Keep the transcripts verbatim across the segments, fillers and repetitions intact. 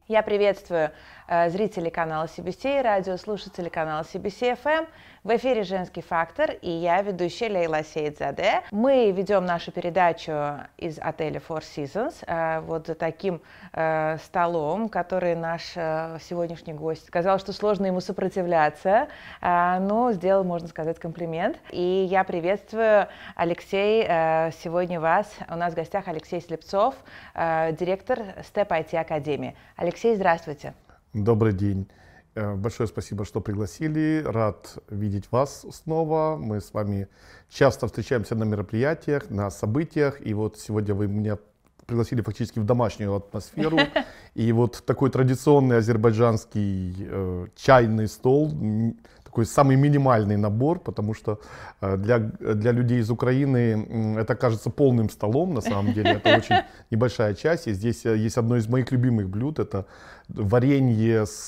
Я приветствую э, зрителей канала си би си, радиослушателей канала си би си эф эм. В эфире «Женский фактор» и я, ведущая Лейла Сейдзаде. Мы ведем нашу передачу из отеля Four Seasons, э, вот за таким э, столом, который наш э, сегодняшний гость сказал, что сложно ему сопротивляться, э, но сделал, можно сказать, комплимент. И я приветствую, Алексей, э, сегодня вас. У нас в гостях Алексей Слепцов, э, директор Step ай ти Академии. Алексей, здравствуйте. Добрый день. Большое спасибо, что пригласили. Рад видеть вас снова. Мы с вами часто встречаемся на мероприятиях, на событиях. И вот сегодня вы меня пригласили фактически в домашнюю атмосферу. И вот такой традиционный азербайджанский э, чайный стол, такой самый минимальный набор, потому что э, для, для людей из Украины это кажется полным столом, на самом деле. Это очень небольшая часть. И здесь есть одно из моих любимых блюд. Это варенье, с,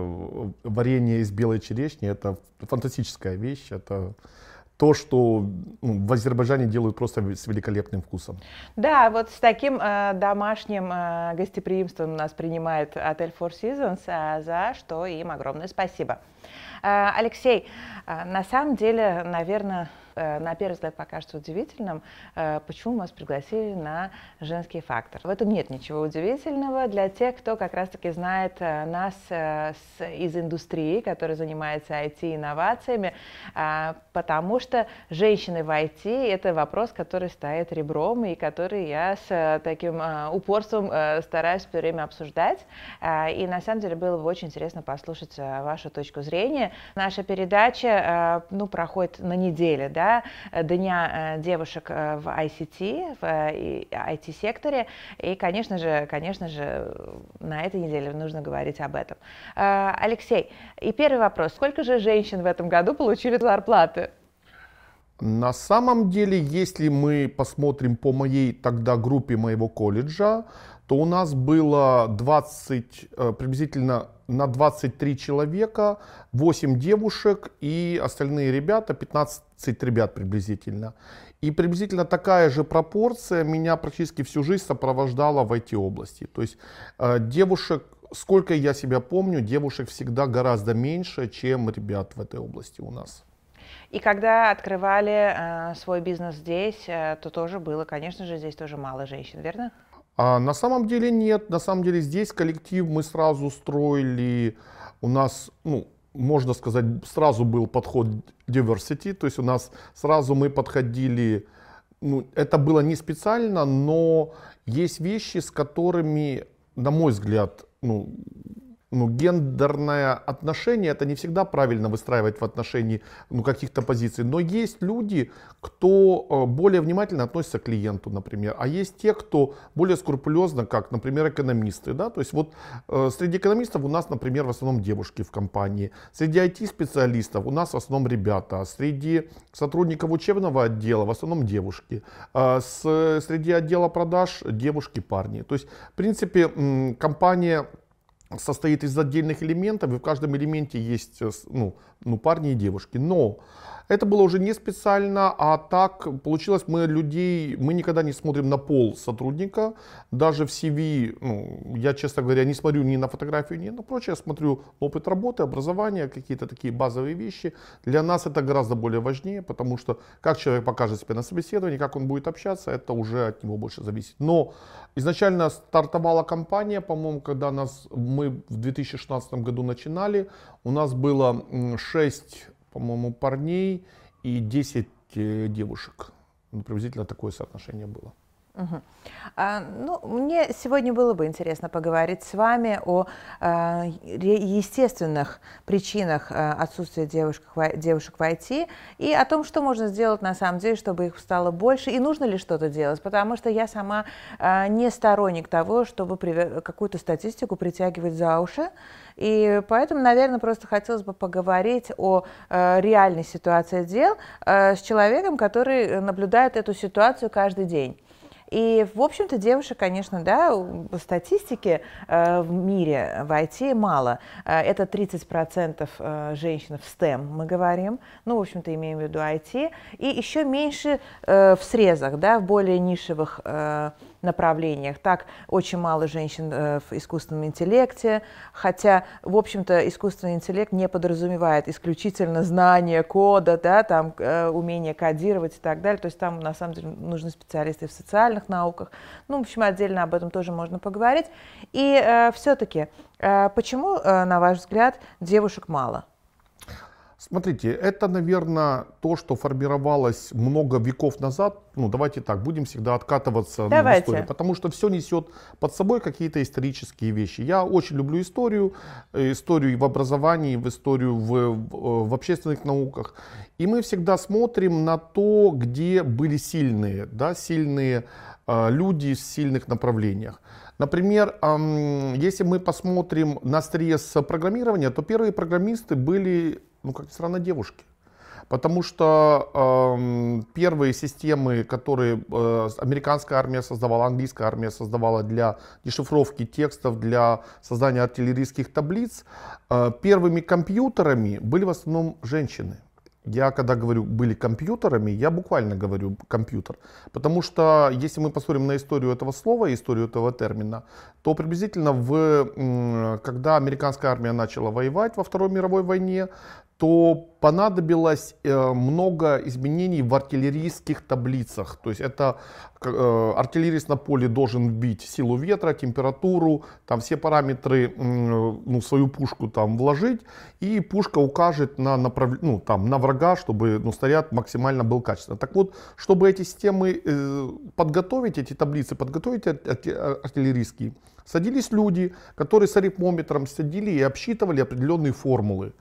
варенье из белой черешни. Это фантастическая вещь. Это то, что ну, в Азербайджане делают просто с великолепным вкусом. Да, вот с таким э, домашним э, гостеприимством нас принимает отель Four Seasons, э, за что им огромное спасибо. Э, Алексей, э, на самом деле, наверное, э, на первый взгляд покажется удивительным, э, почему вас пригласили на «Женский фактор». В этом нет ничего удивительного для тех, кто как раз-таки знает э, нас э, с, из индустрии, которая занимается ай ти-инновациями, э, потому что женщины в ай ти – это вопрос, который стоит ребром и который я с э, таким э, упорством э, стараюсь все время обсуждать. Э, и на самом деле было бы очень интересно послушать э, вашу точку зрения. Наша передача э, ну, проходит на неделе, да, Дня э, девушек э, в ай си ти, в э, ай ти-секторе. И, конечно же, конечно же, на этой неделе нужно говорить об этом. Э, Алексей, и первый вопрос. Сколько же женщин в этом году получили зарплаты? На самом деле, если мы посмотрим по моей тогда группе моего колледжа, то у нас было двадцать, приблизительно на двадцать три человека, восемь девушек и остальные ребята, пятнадцать ребят приблизительно. И приблизительно такая же пропорция меня практически всю жизнь сопровождала в ай ти-области. То есть девушек, сколько я себя помню, девушек всегда гораздо меньше, чем ребят в этой области у нас. И когда открывали э, свой бизнес здесь, э, то тоже было, конечно же, здесь тоже мало женщин, верно? А на самом деле нет. На самом деле здесь коллектив мы сразу строили. У нас, ну, можно сказать, сразу был подход diversity. То есть у нас сразу мы подходили, ну, это было не специально, но есть вещи, с которыми, на мой взгляд, ну, Ну, гендерное отношение, это не всегда правильно выстраивать в отношении ну, каких-то позиций. Но есть люди, кто более внимательно относится к клиенту, например. А есть те, кто более скрупулезно, как, например, экономисты. Да? То есть вот э, среди экономистов у нас, например, в основном девушки в компании. Среди ай ти-специалистов у нас в основном ребята. Среди сотрудников учебного отдела в основном девушки. Э, с, среди отдела продаж девушки, парни. То есть, в принципе, м, компания состоит из отдельных элементов, и в каждом элементе есть ну, ну, парни и девушки. Но это было уже не специально, а так получилось, мы людей, мы никогда не смотрим на пол сотрудника, даже в си ви, ну, я, честно говоря, не смотрю ни на фотографию, ни на прочее, я смотрю опыт работы, образование, какие-то такие базовые вещи. Для нас это гораздо более важнее, потому что как человек покажет себя на собеседовании, как он будет общаться, это уже от него больше зависит. Но изначально стартовала компания, по-моему, когда нас, мы в две тысячи шестнадцатом году начинали, у нас было шесть, по-моему, парней и десять девушек. Ну, приблизительно такое соотношение было. Угу. А, ну, мне сегодня было бы интересно поговорить с вами о а, естественных причинах а, отсутствия девушек, девушек в ай ти и о том, что можно сделать на самом деле, чтобы их стало больше, и нужно ли что-то делать, потому что я сама а, не сторонник того, чтобы какую-то статистику притягивать за уши, и поэтому, наверное, просто хотелось бы поговорить о а, реальной ситуации дел а, с человеком, который наблюдает эту ситуацию каждый день. И, в общем-то, девушек, конечно, да, по статистике э, в мире в ай ти мало. Э, это тридцать процентов э, женщин в стэм, мы говорим, ну, в общем-то, имеем в виду ай ти, и еще меньше э, в срезах, да, в более нишевых э, направлениях. Так, очень мало женщин в искусственном интеллекте, хотя, в общем-то, искусственный интеллект не подразумевает исключительно знание кода, да, там, умение кодировать и так далее. То есть там, на самом деле, нужны специалисты в социальных науках. Ну, в общем, отдельно об этом тоже можно поговорить. И э, все-таки, э, почему, э, на ваш взгляд, девушек мало? Смотрите, это, наверное, то, что формировалось много веков назад. Ну, давайте так, будем всегда откатываться в историю, потому что все несет под собой какие-то исторические вещи. Я очень люблю историю, историю в образовании, в историю в, в, в общественных науках. И мы всегда смотрим на то, где были сильные, да, сильные э, люди в сильных направлениях. Например, э, если мы посмотрим на срез программирования, то первые программисты были, ну, как ни странно, девушки. Потому что э, первые системы, которые э, американская армия создавала, английская армия создавала для дешифровки текстов, для создания артиллерийских таблиц, э, первыми компьютерами были в основном женщины. Я когда говорю «были компьютерами», я буквально говорю «компьютер». Потому что если мы посмотрим на историю этого слова, историю этого термина, то приблизительно в, когда американская армия начала воевать во Второй мировой войне, то понадобилось э, много изменений в артиллерийских таблицах. То есть это э, артиллерист на поле должен вбить силу ветра, температуру, там все параметры, э, ну, свою пушку там вложить, и пушка укажет на, направ... ну, там, на врага, чтобы, ну, снаряд максимально был качественный. Так вот, чтобы эти системы э, подготовить, эти таблицы подготовить артиллерийские, садились люди, которые с арифмометром садили и обсчитывали определенные формулы.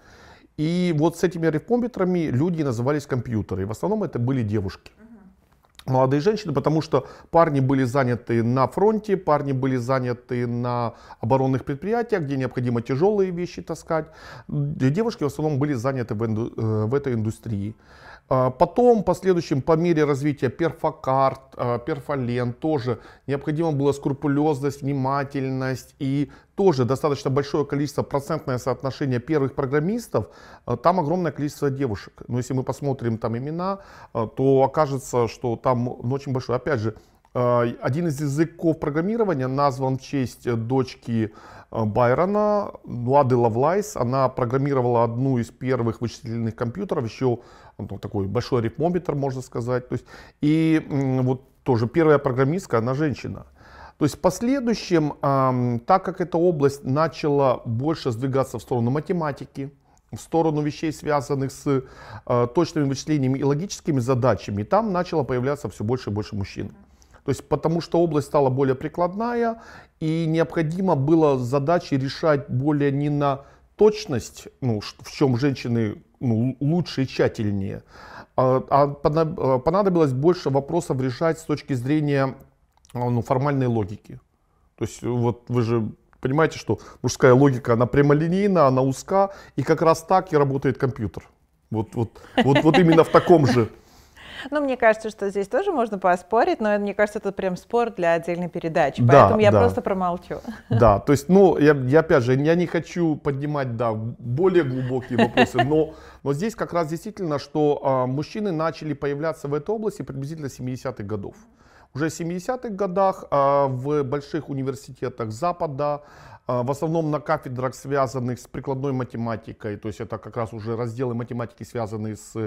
И вот с этими арифмометрами люди назывались компьютеры. И в основном это были девушки. Uh-huh. Молодые женщины, потому что парни были заняты на фронте, парни были заняты на оборонных предприятиях, где необходимо тяжелые вещи таскать. Девушки в основном были заняты в, инду, в этой индустрии. Потом, в последующем, по мере развития перфокарт, перфолент, тоже необходимо было скрупулезность, внимательность и тоже достаточно большое количество, процентное соотношение первых программистов, там огромное количество девушек. Но если мы посмотрим там имена, то окажется, что там, ну, очень большое. Опять же, один из языков программирования назван в честь дочки Байрона, Лады Лавлайс. Она программировала одну из первых вычислительных компьютеров, еще, ну, такой большой арифмометр, можно сказать. То есть, и вот тоже первая программистка, она женщина. То есть в последующем, э, так как эта область начала больше сдвигаться в сторону математики, в сторону вещей, связанных с э, точными вычислениями и логическими задачами, там начало появляться все больше и больше мужчин. То есть потому что область стала более прикладная, и необходимо было задачи решать более не на точность, ну, в чем женщины, ну, лучше и тщательнее, а, а понадобилось больше вопросов решать с точки зрения, ну, формальной логики. То есть вот вы же понимаете, что мужская логика, она прямолинейна, она узка, и как раз так и работает компьютер. Вот, вот, вот, вот именно в таком же. Ну, мне кажется, что здесь тоже можно поспорить, но мне кажется, это прям спор для отдельной передачи, да, поэтому я да. просто промолчу. Да, то есть, ну, я, я опять же, я не хочу поднимать, да, более глубокие вопросы, но, но здесь как раз действительно, что а, мужчины начали появляться в этой области приблизительно семидесятых годов. Уже в семидесятых годах а, в больших университетах Запада, а, в основном на кафедрах, связанных с прикладной математикой, то есть это как раз уже разделы математики, связанные с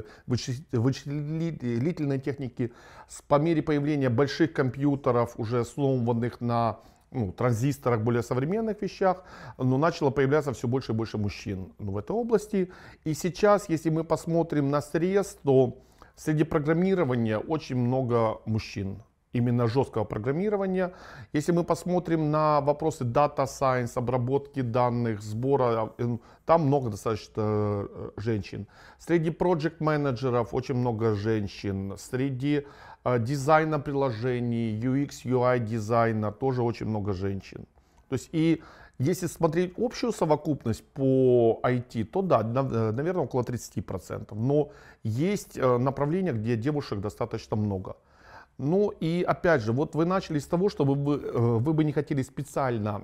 вычислительной техникой, по мере появления больших компьютеров, уже основанных на, ну, транзисторах, более современных вещах, но начало появляться все больше и больше мужчин, ну, в этой области. И сейчас, если мы посмотрим на срез, то среди программирования очень много мужчин. Именно жесткого программирования. Если мы посмотрим на вопросы Data Science, обработки данных, сбора, там много достаточно женщин. Среди project менеджеров очень много женщин. Среди дизайна приложений, ю экс, ю ай дизайна тоже очень много женщин. То есть и если смотреть общую совокупность по ай ти, то да, наверное, около тридцати процентов. Но есть направления, где девушек достаточно много. Ну и опять же, вот вы начали с того, что вы, вы бы не хотели специально,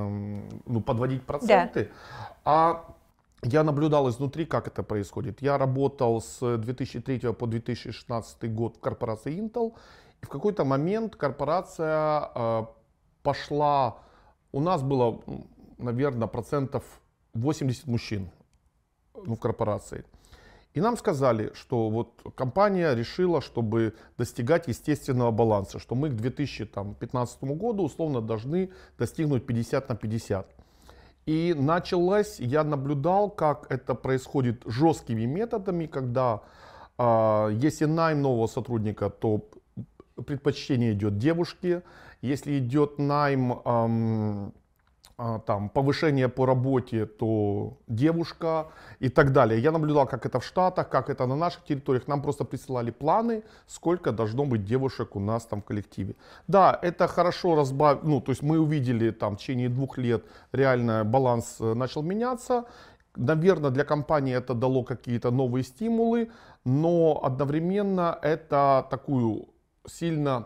ну, подводить проценты, да. А я наблюдал изнутри, как это происходит. Я работал с две тысячи третьего по две тысячи шестнадцатый год в корпорации Intel, И в какой-то момент корпорация э, пошла, у нас было, наверное, процентов восемьдесят мужчин, ну, в корпорации. И нам сказали, что вот компания решила, чтобы достигать естественного баланса, что мы к две тысячи пятнадцатому году условно должны достигнуть пятьдесят на пятьдесят. И началось, я наблюдал, как это происходит жесткими методами, когда э, если найм нового сотрудника, то предпочтение идет девушке, если идет найм, эм, э, там, повышение по работе, то девушка и так далее. Я наблюдал, как это в Штатах, как это на наших территориях. Нам просто присылали планы, сколько должно быть девушек у нас там в коллективе. Да, это хорошо разбавить, ну, то есть мы увидели там в течение двух лет реально баланс начал меняться. Наверное, для компании это дало какие-то новые стимулы, но одновременно это такую сильно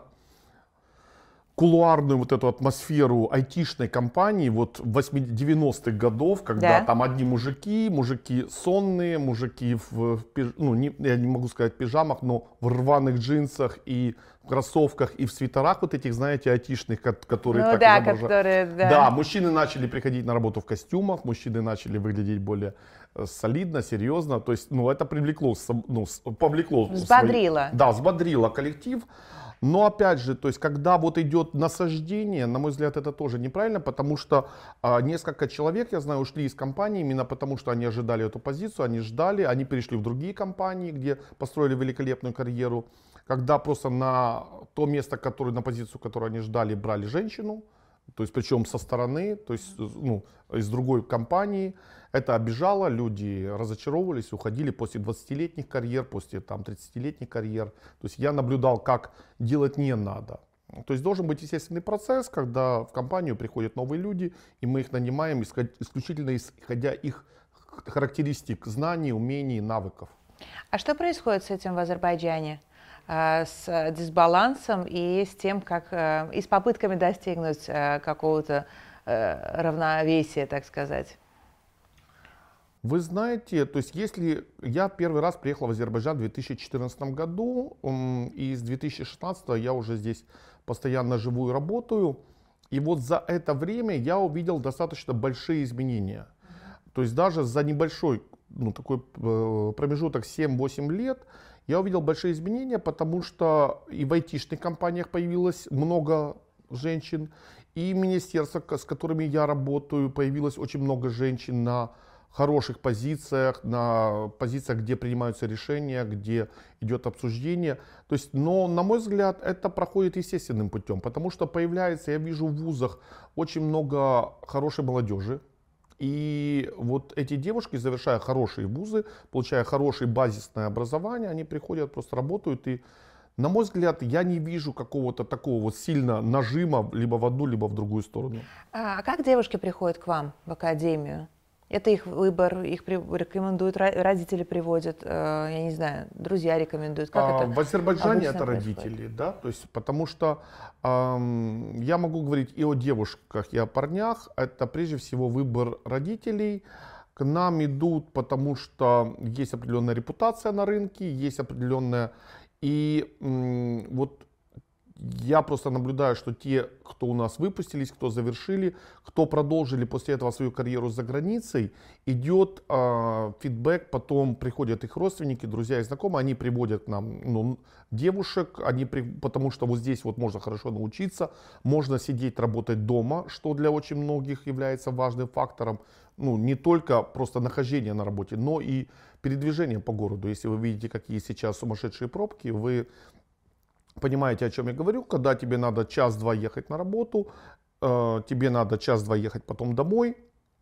кулуарную вот эту атмосферу айтишной компании вот девяностых годов, когда да. там одни мужики, мужики сонные, мужики в, в пиж... ну, не, я не могу сказать в пижамах, но в рваных джинсах и в кроссовках и в свитерах вот этих, знаете, айтишных, которые ну, так да, изображают. которые, да. Да, мужчины начали приходить на работу в костюмах, мужчины начали выглядеть более солидно, серьезно, то есть, ну, это привлекло, ну, повлекло. Взбодрило. Свои... Да, взбодрило коллектив. Но опять же, то есть, когда вот идет насаждение, на мой взгляд, это тоже неправильно, потому что а, несколько человек, я знаю, ушли из компании именно потому, что они ожидали эту позицию, они ждали, они перешли в другие компании, где построили великолепную карьеру, когда просто на то место, которое, на позицию, которую они ждали, брали женщину, то есть причем со стороны, то есть ну, из другой компании. Это обижало, люди разочаровывались, уходили после двадцатилетних карьер, после там, тридцатилетних карьер. То есть я наблюдал, как делать не надо. То есть должен быть естественный процесс, когда в компанию приходят новые люди, и мы их нанимаем исключительно исходя их характеристик, знаний, умений, навыков. А что происходит с этим в Азербайджане? С дисбалансом и с тем, как и с попытками достигнуть какого-то равновесия, так сказать? Вы знаете, то есть если я первый раз приехал в Азербайджан в две тысячи четырнадцатом году, и с две тысячи шестнадцатого я уже здесь постоянно живу и работаю, и вот за это время я увидел достаточно большие изменения. То есть даже за небольшой, ну, такой промежуток семь-восемь лет я увидел большие изменения, потому что и в айтишных компаниях появилось много женщин, и министерства, с которыми я работаю, появилось очень много женщин на хороших позициях, на позициях, где принимаются решения, где идет обсуждение. То есть, но, на мой взгляд, это проходит естественным путем, потому что появляется, я вижу в вузах очень много хорошей молодежи. И вот эти девушки, завершая хорошие вузы, получая хорошее базисное образование, они приходят, просто работают. И, на мой взгляд, я не вижу какого-то такого вот сильно нажима либо в одну, либо в другую сторону. А как девушки приходят к вам в академию? Это их выбор, их рекомендуют, родители приводят, я не знаю, друзья рекомендуют. Как а, это в Азербайджане это происходит? родители, да, то есть потому что эм, я могу говорить и о девушках, и о парнях. Это прежде всего выбор родителей. К нам идут, потому что есть определенная репутация на рынке, есть определенная и м, вот. Я просто наблюдаю, что те, кто у нас выпустились, кто завершили, кто продолжили после этого свою карьеру за границей, идет э, фидбэк, потом приходят их родственники, друзья и знакомые, они приводят к нам ну, девушек, они при, потому что вот здесь вот можно хорошо научиться, можно сидеть, работать дома, что для очень многих является важным фактором, ну, не только просто нахождение на работе, но и передвижение по городу. Если вы видите, какие сейчас сумасшедшие пробки, вы понимаете, о чем я говорю, когда тебе надо час-два ехать на работу, э, тебе надо час-два ехать потом домой,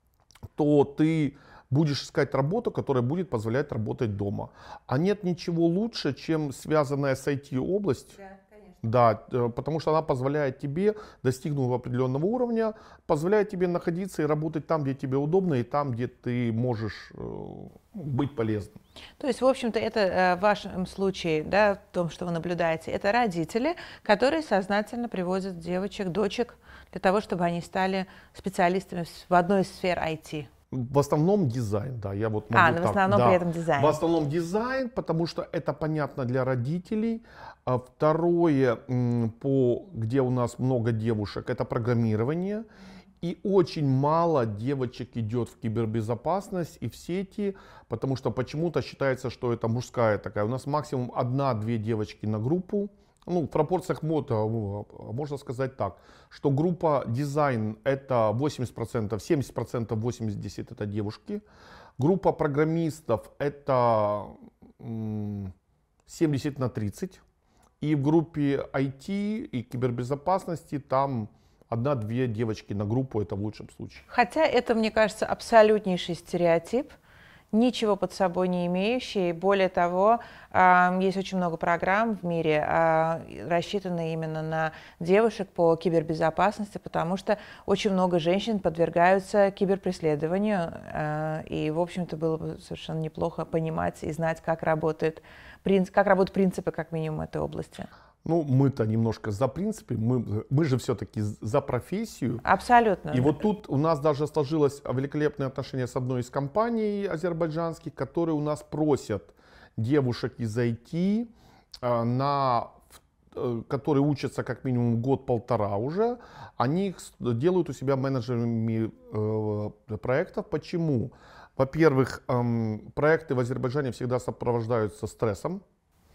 то ты будешь искать работу, которая будет позволять работать дома. А нет ничего лучше, чем связанная с ай ти-область. Да, конечно. Да, э, потому что она позволяет тебе, достигнув определенного уровня, позволяет тебе находиться и работать там, где тебе удобно, и там, где ты можешь э, быть полезным. То есть, в общем-то, это в вашем случае, да, в том, что вы наблюдаете, это родители, которые сознательно приводят девочек, дочек для того, чтобы они стали специалистами в одной из сфер ай ти. В основном дизайн, да. Я вот а, могу но в так, основном да. при этом дизайн. В основном дизайн, потому что это понятно для родителей. А второе, по, где у нас много девушек, это программирование. И очень мало девочек идет в кибербезопасность и в сети, потому что почему-то считается, что это мужская такая. У нас максимум одна-две девочки на группу. Ну, в пропорциях мода, можно сказать так, что группа дизайн это восемьдесят процентов, семьдесят процентов, восемьдесят процентов это девушки. Группа программистов это семьдесят на тридцать. И в группе ай ти и кибербезопасности там одна-две девочки на группу, это в лучшем случае. Хотя это, мне кажется, абсолютнейший стереотип, ничего под собой не имеющий. Более того, есть очень много программ в мире, рассчитанные именно на девушек по кибербезопасности, потому что очень много женщин подвергаются киберпреследованию. И, в общем-то, было бы совершенно неплохо понимать и знать, как работает, как работают принципы, как минимум, этой области. Ну, мы-то немножко за принципы, мы, мы же все-таки за профессию. Абсолютно. И вот тут у нас даже сложилось великолепное отношение с одной из компаний азербайджанских, которые у нас просят девушек из ай ти, на, которые учатся как минимум год-полтора уже, они их делают у себя менеджерами проектов. Почему? Во-первых, проекты в Азербайджане всегда сопровождаются стрессом.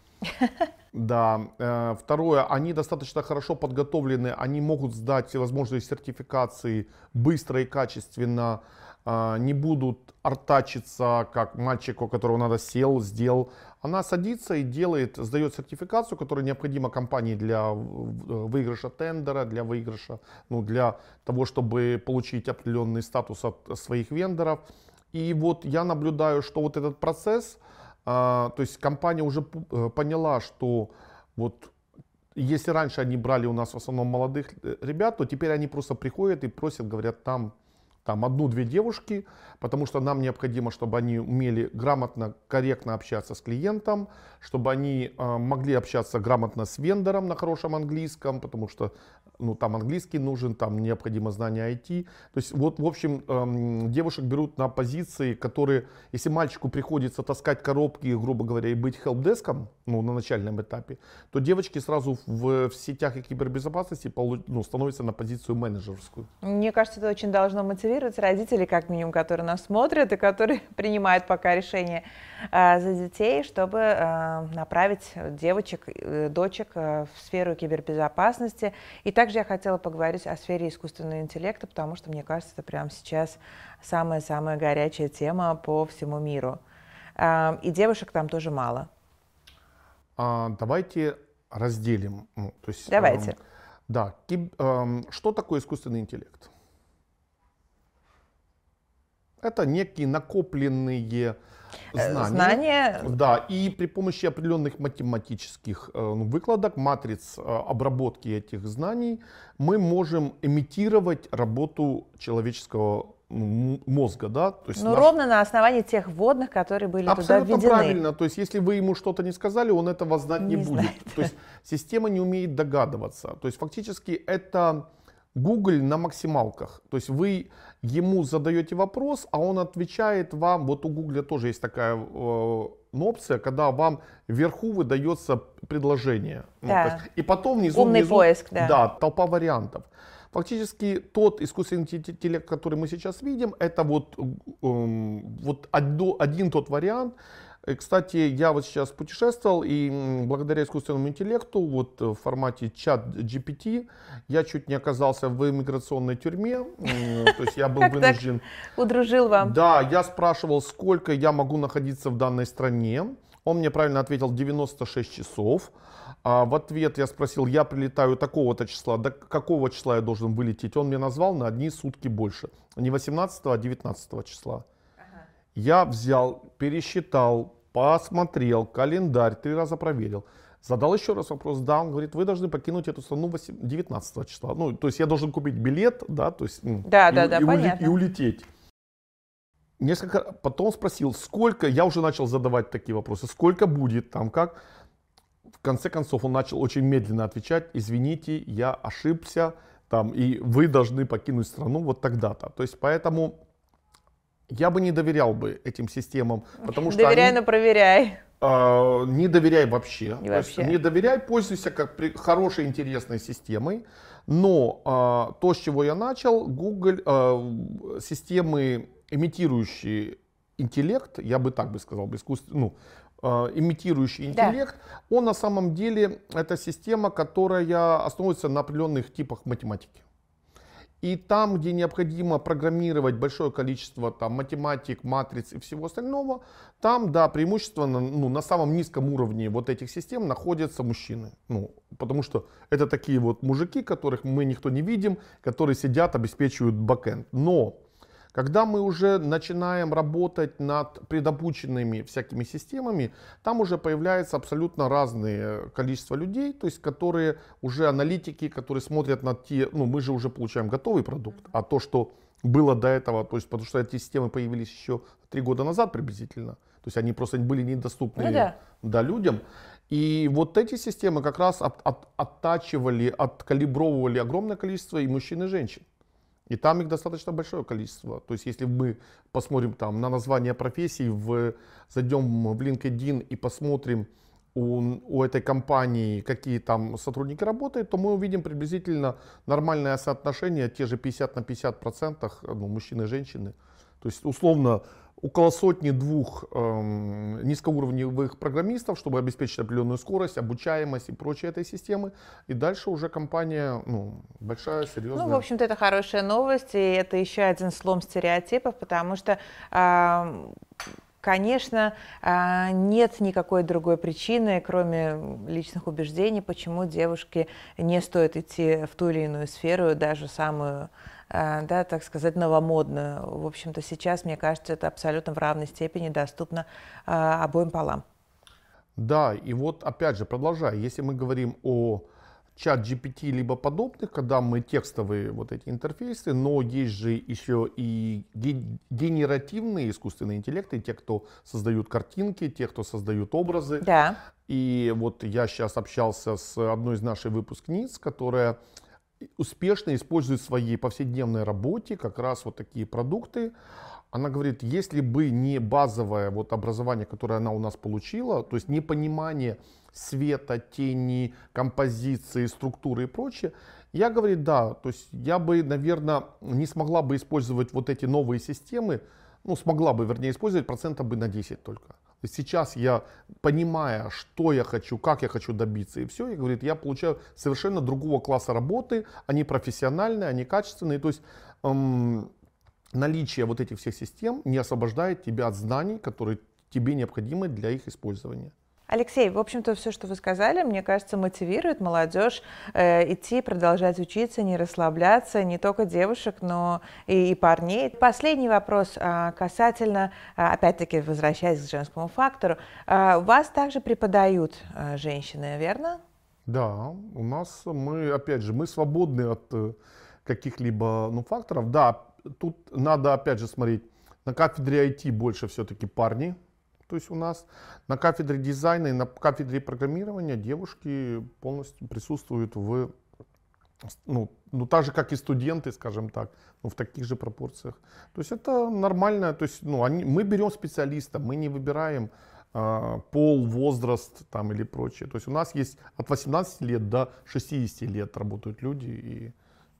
Да. Второе, они достаточно хорошо подготовлены, они могут сдать всевозможные сертификации быстро и качественно, не будут артачиться, как мальчик, у которого надо сел, сделал. Она садится и делает, сдает сертификацию, которая необходима компании для выигрыша тендера, для выигрыша, ну, для того, чтобы получить определенный статус от своих вендоров. И вот я наблюдаю, что вот этот процесс, то есть компания уже поняла, что вот если раньше они брали у нас в основном молодых ребят, то теперь они просто приходят и просят, говорят, там, там одну-две девушки, потому что нам необходимо, чтобы они умели грамотно, корректно общаться с клиентом, чтобы они э, могли общаться грамотно с вендором на хорошем английском, потому что ну, там английский нужен, там необходимо знание ай ти. То есть вот, в общем, э, девушек берут на позиции, которые, если мальчику приходится таскать коробки, грубо говоря, и быть хелпдеском, ну, на начальном этапе, то девочки сразу в, в сетях и кибербезопасности ну, становятся на позицию менеджерскую. Мне кажется, это очень должно мотивировать родителей, как минимум, которые нас смотрят и которые принимают пока решение э, за детей, чтобы э, направить девочек, э, дочек э, в сферу кибербезопасности. И также я хотела поговорить о сфере искусственного интеллекта, потому что, мне кажется, это прямо сейчас самая-самая горячая тема по всему миру. Э, и девушек там тоже мало. А, давайте разделим. Ну, то есть, Давайте. Э, да, киб, э, что такое искусственный интеллект? Это некие накопленные знания, знания. Да, и при помощи определенных математических э, выкладок, матриц э, обработки этих знаний мы можем имитировать работу человеческого мозга. Да? То есть ну, наш... ровно на основании тех вводных, которые были Абсолютно туда введены. Правильно. То есть если вы ему что-то не сказали, он этого знать не, не будет. Знает. То есть система не умеет догадываться. То есть фактически это Google на максималках. То есть вы ему задаете вопрос, а он отвечает вам. Вот у Google тоже есть такая э, опция, когда вам вверху выдается предложение. Да. Ну, то есть, и потом внизу, умный внизу поиск, да. Да, толпа вариантов. Фактически тот искусственный интеллект, который мы сейчас видим, это вот, э, вот один, один тот вариант. Кстати, я вот сейчас путешествовал, и благодаря искусственному интеллекту, вот в формате чат джи пи ти, я чуть не оказался в иммиграционной тюрьме, то есть я был вынужден... Удружил вам. Да, я спрашивал, сколько я могу находиться в данной стране. Он мне правильно ответил девяносто шесть часов. А в ответ я спросил, я прилетаю такого-то числа, до какого числа я должен вылететь. Он мне назвал на одни сутки больше, не восемнадцатого, а девятнадцатого числа. Ага. Я взял, пересчитал, посмотрел календарь, три раза проверил. Задал еще раз вопрос, да, он говорит, вы должны покинуть эту страну девятнадцатого числа. Ну, то есть я должен купить билет, да, то есть да, и, да, да, и, понятно. и улететь. Несколько, потом спросил, сколько, я уже начал задавать такие вопросы, сколько будет там, как. В конце концов он начал очень медленно отвечать, извините, я ошибся, там, и вы должны покинуть страну вот тогда-то. То есть поэтому Я бы не доверял бы этим системам, потому что Доверяй, они, но проверяй. э, не доверяй вообще. Не То есть вообще. не доверяй, пользуйся как при, хорошей, интересной системой. Но э, то, с чего я начал, Google, э, системы, имитирующие интеллект, я бы так бы сказал, искусств- ну, э, имитирующий Да. интеллект, он на самом деле это система, которая основывается на определенных типах математики. И там, где необходимо программировать большое количество там, математик, матриц и всего остального, там, да, преимущественно ну, на самом низком уровне вот этих систем находятся мужчины. Ну, потому что это такие вот мужики, которых мы никто не видим, которые сидят, обеспечивают бэкэнд. Но когда мы уже начинаем работать над предобученными всякими системами, там уже появляется абсолютно разное количество людей, то есть которые уже аналитики, которые смотрят на те, ну мы же уже получаем готовый продукт, а то, что было до этого, то есть потому что эти системы появились еще три года назад приблизительно, то есть они просто были недоступны Ну да. да, людям. И вот эти системы как раз от, от, оттачивали, откалибровывали огромное количество и мужчин, и женщин. И там их достаточно большое количество. То есть если мы посмотрим там на название профессий, в, зайдем в LinkedIn и посмотрим у, у этой компании, какие там сотрудники работают, то мы увидим приблизительно нормальное соотношение, те же пятьдесят на пятьдесят процентов, ну, мужчины и женщины. То есть условно около сотни-двух эм, низкоуровневых программистов, чтобы обеспечить определенную скорость, обучаемость и прочее этой системы. И дальше уже компания ну, большая, серьезная. Ну, в общем-то, это хорошая новость, и это еще один слом стереотипов, потому что, э, конечно, э, нет никакой другой причины, кроме личных убеждений, почему девушке не стоит идти в ту или иную сферу, даже самую, да, так сказать, новомодную. В общем-то, сейчас, мне кажется, это абсолютно в равной степени доступно э, обоим полам. Да, и вот опять же, продолжая, если мы говорим о чат джи пи ти либо подобных, когда мы текстовые вот эти интерфейсы, но есть же еще и генеративные искусственные интеллекты, те, кто создают картинки, те, кто создают образы. Да. И вот я сейчас общался с одной из наших выпускниц, которая успешно использует в своей повседневной работе как раз вот такие продукты. Она говорит, если бы не базовое вот образование, которое она у нас получила, то есть не понимание света, тени, композиции, структуры и прочее, я, говорит, да, то есть я бы, наверное, не смогла бы использовать вот эти новые системы, ну, смогла бы, вернее, использовать процентов бы на десять только. То есть сейчас я, понимая, что я хочу, как я хочу добиться, и все, я, говорит, я получаю совершенно другого класса работы, они профессиональные, они качественные, то есть эм, наличие вот этих всех систем не освобождает тебя от знаний, которые тебе необходимы для их использования. Алексей, в общем-то, все, что вы сказали, мне кажется, мотивирует молодежь э, идти, продолжать учиться, не расслабляться, не только девушек, но и, и парней. Последний вопрос э, касательно, э, опять-таки, возвращаясь к женскому фактору. Э, вас также преподают э, женщины, верно? Да, у нас, мы, опять же, мы свободны от э, каких-либо ну, факторов. Да, тут надо, опять же, смотреть, на кафедре ай ти больше все-таки парни. То есть у нас на кафедре дизайна и на кафедре программирования девушки полностью присутствуют в, ну, ну так же, как и студенты, скажем так, ну, в таких же пропорциях. То есть это нормально, то есть ну, они, мы берем специалиста, мы не выбираем э, пол, возраст там, или прочее. То есть у нас есть от восемнадцати лет до шестидесяти лет работают люди, и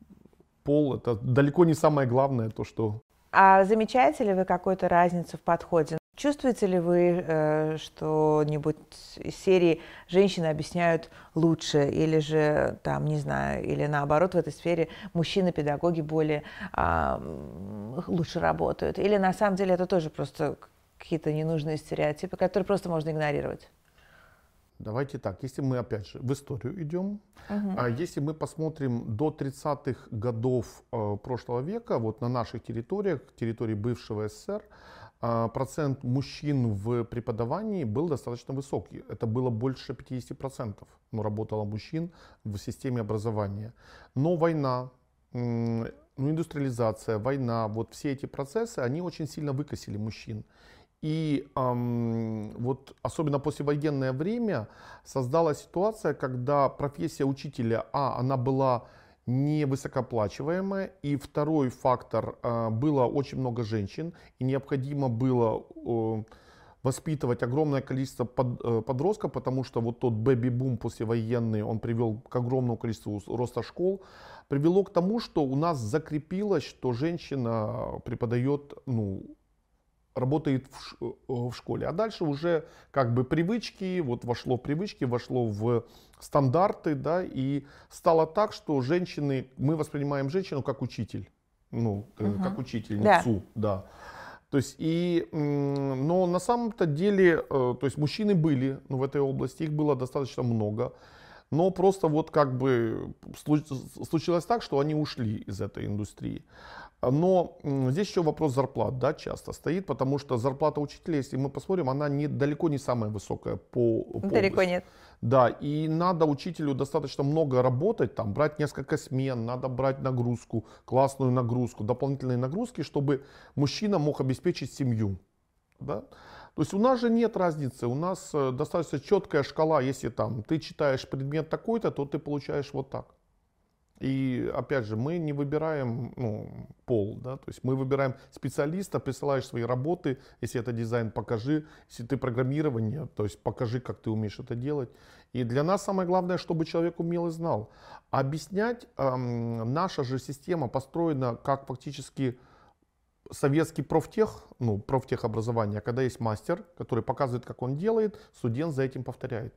пол это далеко не самое главное, то что... А замечаете ли вы какую-то разницу в подходе? Чувствуете ли вы э, что-нибудь из серии «женщины объясняют лучше» или же, там, не знаю, или наоборот в этой сфере мужчины-педагоги более э, лучше работают? Или на самом деле это тоже просто какие-то ненужные стереотипы, которые просто можно игнорировать? Давайте так, если мы опять же в историю идем, uh-huh. а если мы посмотрим до тридцатых годов э, прошлого века, вот на наших территориях, территории бывшего эс эс эс эр, э, процент мужчин в преподавании был достаточно высокий. Это было больше пятидесяти процентов, ну, работало мужчин в системе образования. Но война, э, ну, индустриализация, война, вот все эти процессы, они очень сильно выкосили мужчин. И эм, вот особенно послевоенное время создалась ситуация, когда профессия учителя, а, она была не высокооплачиваемая. И второй фактор, было очень много женщин, и необходимо было воспитывать огромное количество под, подростков, потому что вот тот бэби-бум послевоенный, он привел к огромному количеству роста школ, привело к тому, что у нас закрепилось, что женщина преподает, ну, работает в, в школе. А дальше уже как бы привычки, вот вошло в привычки, вошло в стандарты, да, и стало так, что женщины, мы воспринимаем женщину как учитель, ну, угу. как учительницу, да. да. То есть и, но на самом-то деле, то есть мужчины были, ну, в этой области, их было достаточно много. Но просто вот как бы случилось так, что они ушли из этой индустрии. Но здесь еще вопрос зарплат, да, часто стоит, потому что зарплата учителя, если мы посмотрим, она не, далеко не самая высокая по, по Далеко области. Нет. Да, и надо учителю достаточно много работать, там, брать несколько смен, надо брать нагрузку, классную нагрузку, дополнительные нагрузки, чтобы мужчина мог обеспечить семью. Да? То есть у нас же нет разницы, у нас достаточно четкая шкала, если там ты читаешь предмет такой-то, то ты получаешь вот так. И опять же, мы не выбираем, ну, пол, да, то есть мы выбираем специалиста, присылаешь свои работы, если это дизайн, покажи, если ты программирование, то есть покажи, как ты умеешь это делать. И для нас самое главное, чтобы человек умел и знал. Объяснять, эм, наша же система построена как фактически советский профтех, ну, профтехобразование, когда есть мастер, который показывает, как он делает, студент за этим повторяет.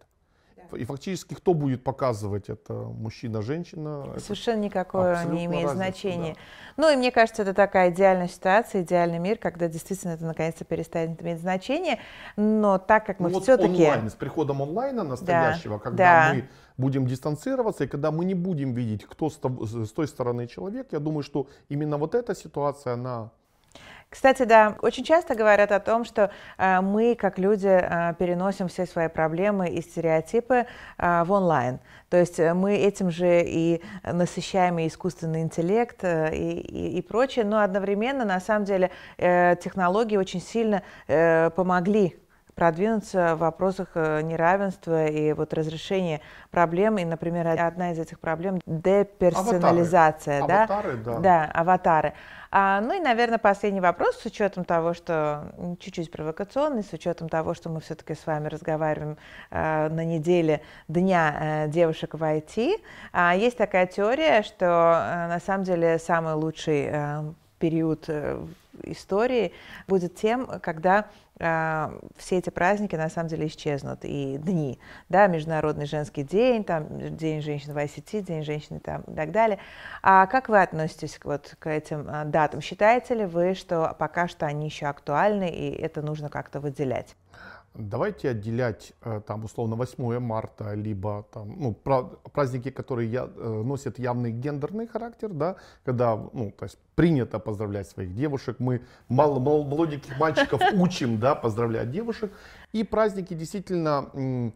И фактически кто будет показывать это, мужчина, женщина? Совершенно никакое не имеет разницы, значения. Да. Ну и мне кажется, это такая идеальная ситуация, идеальный мир, когда действительно это наконец-то перестанет иметь значение. Но так как мы ну, все-таки... Вот онлайн, с приходом онлайна настоящего, да, когда да. мы будем дистанцироваться, и когда мы не будем видеть, кто с той стороны человек, я думаю, что именно вот эта ситуация, она... Кстати, да, очень часто говорят о том, что э, мы, как люди, э, переносим все свои проблемы и стереотипы э, в онлайн. То есть мы этим же и насыщаем и искусственный интеллект э, и, и, и прочее, но одновременно, на самом деле, э, технологии очень сильно э, помогли продвинуться в вопросах неравенства и вот разрешения проблем. И, например, одна из этих проблем – деперсонализация. Аватары, да? аватары, да. Да, аватары. А, ну и, наверное, последний вопрос, с учетом того, что чуть-чуть провокационный, с учетом того, что мы все-таки с вами разговариваем а, на неделе Дня а, девушек в ай ти. А, есть такая теория, что а, на самом деле самый лучший а, период а, истории будет тем, когда э, все эти праздники на самом деле исчезнут, и дни, да, Международный женский день, там, День женщин в ай си ти, День женщины там, и так далее. А как вы относитесь к, вот, к этим э, датам? Считаете ли вы, что пока что они еще актуальны, и это нужно как-то выделять? Давайте отделять там условно восьмое марта, либо там, ну, праздники, которые я, носят явный гендерный характер, да, когда, ну, то есть принято поздравлять своих девушек, мы мал, мал, молоденьких мальчиков учим, да, поздравлять девушек, и праздники действительно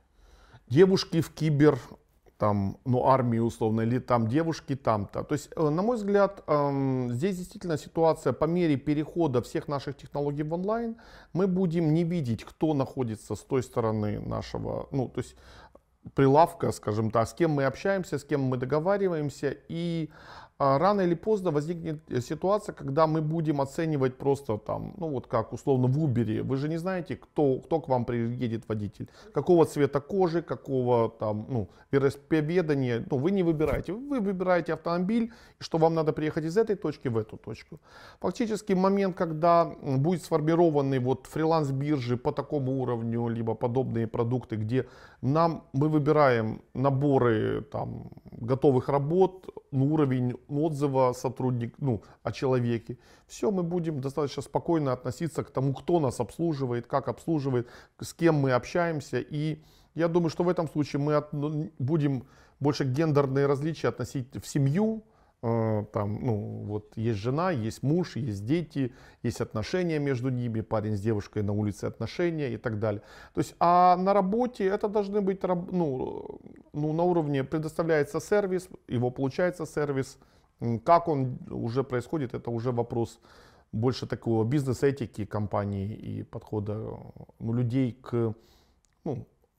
девушки в кибер, там, ну, армии условно, или там девушки там-то. То есть, на мой взгляд, здесь действительно ситуация по мере перехода всех наших технологий в онлайн, мы будем не видеть, кто находится с той стороны нашего, ну, то есть прилавка, скажем так, с кем мы общаемся, с кем мы договариваемся, и рано или поздно возникнет ситуация, когда мы будем оценивать просто там, ну вот как условно в Uber, вы же не знаете, кто, кто к вам приедет водитель, какого цвета кожи, какого там, ну, вероисповедания, ну, вы не выбираете, вы выбираете автомобиль, и что вам надо приехать из этой точки в эту точку. Фактически момент, когда будет сформированы вот фриланс-биржи по такому уровню, либо подобные продукты, где нам, мы выбираем наборы там готовых работ, ну, уровень отзыва сотрудник, ну, о человеке. Все, мы будем достаточно спокойно относиться к тому, кто нас обслуживает, как обслуживает, с кем мы общаемся. И я думаю, что в этом случае мы от, ну, будем больше гендерные различия относить в семью. Э, там, ну, вот есть жена, есть муж, есть дети, есть отношения между ними, парень с девушкой на улице отношения и так далее. То есть, а на работе это должны быть, ну, ну, на уровне предоставляется сервис, его получается сервис. Как он уже происходит, это уже вопрос больше такого бизнес-этики компании и подхода, ну, людей к, ну,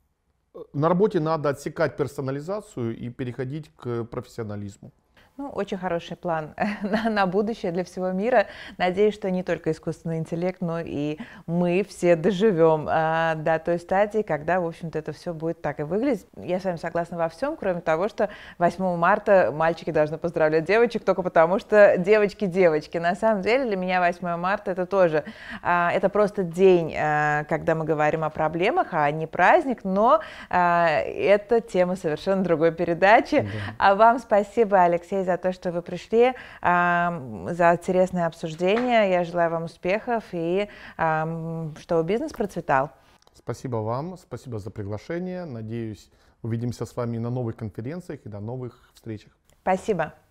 На работе надо отсекать персонализацию и переходить к профессионализму. Ну, очень хороший план на, на будущее для всего мира. Надеюсь, что не только искусственный интеллект, но и мы все доживем а, до той стадии, когда, в общем-то, это все будет так и выглядеть. Я с вами согласна во всем, кроме того, что восьмого марта мальчики должны поздравлять девочек только потому, что девочки-девочки. На самом деле для меня восьмое марта это тоже, а, это просто день, а, когда мы говорим о проблемах, а не праздник, но а, это тема совершенно другой передачи. Да. А вам спасибо, Алексей, за то, что вы пришли, за интересное обсуждение. Я желаю вам успехов и чтобы бизнес процветал. Спасибо вам, спасибо за приглашение. Надеюсь, увидимся с вами на новых конференциях и на новых встречах. Спасибо.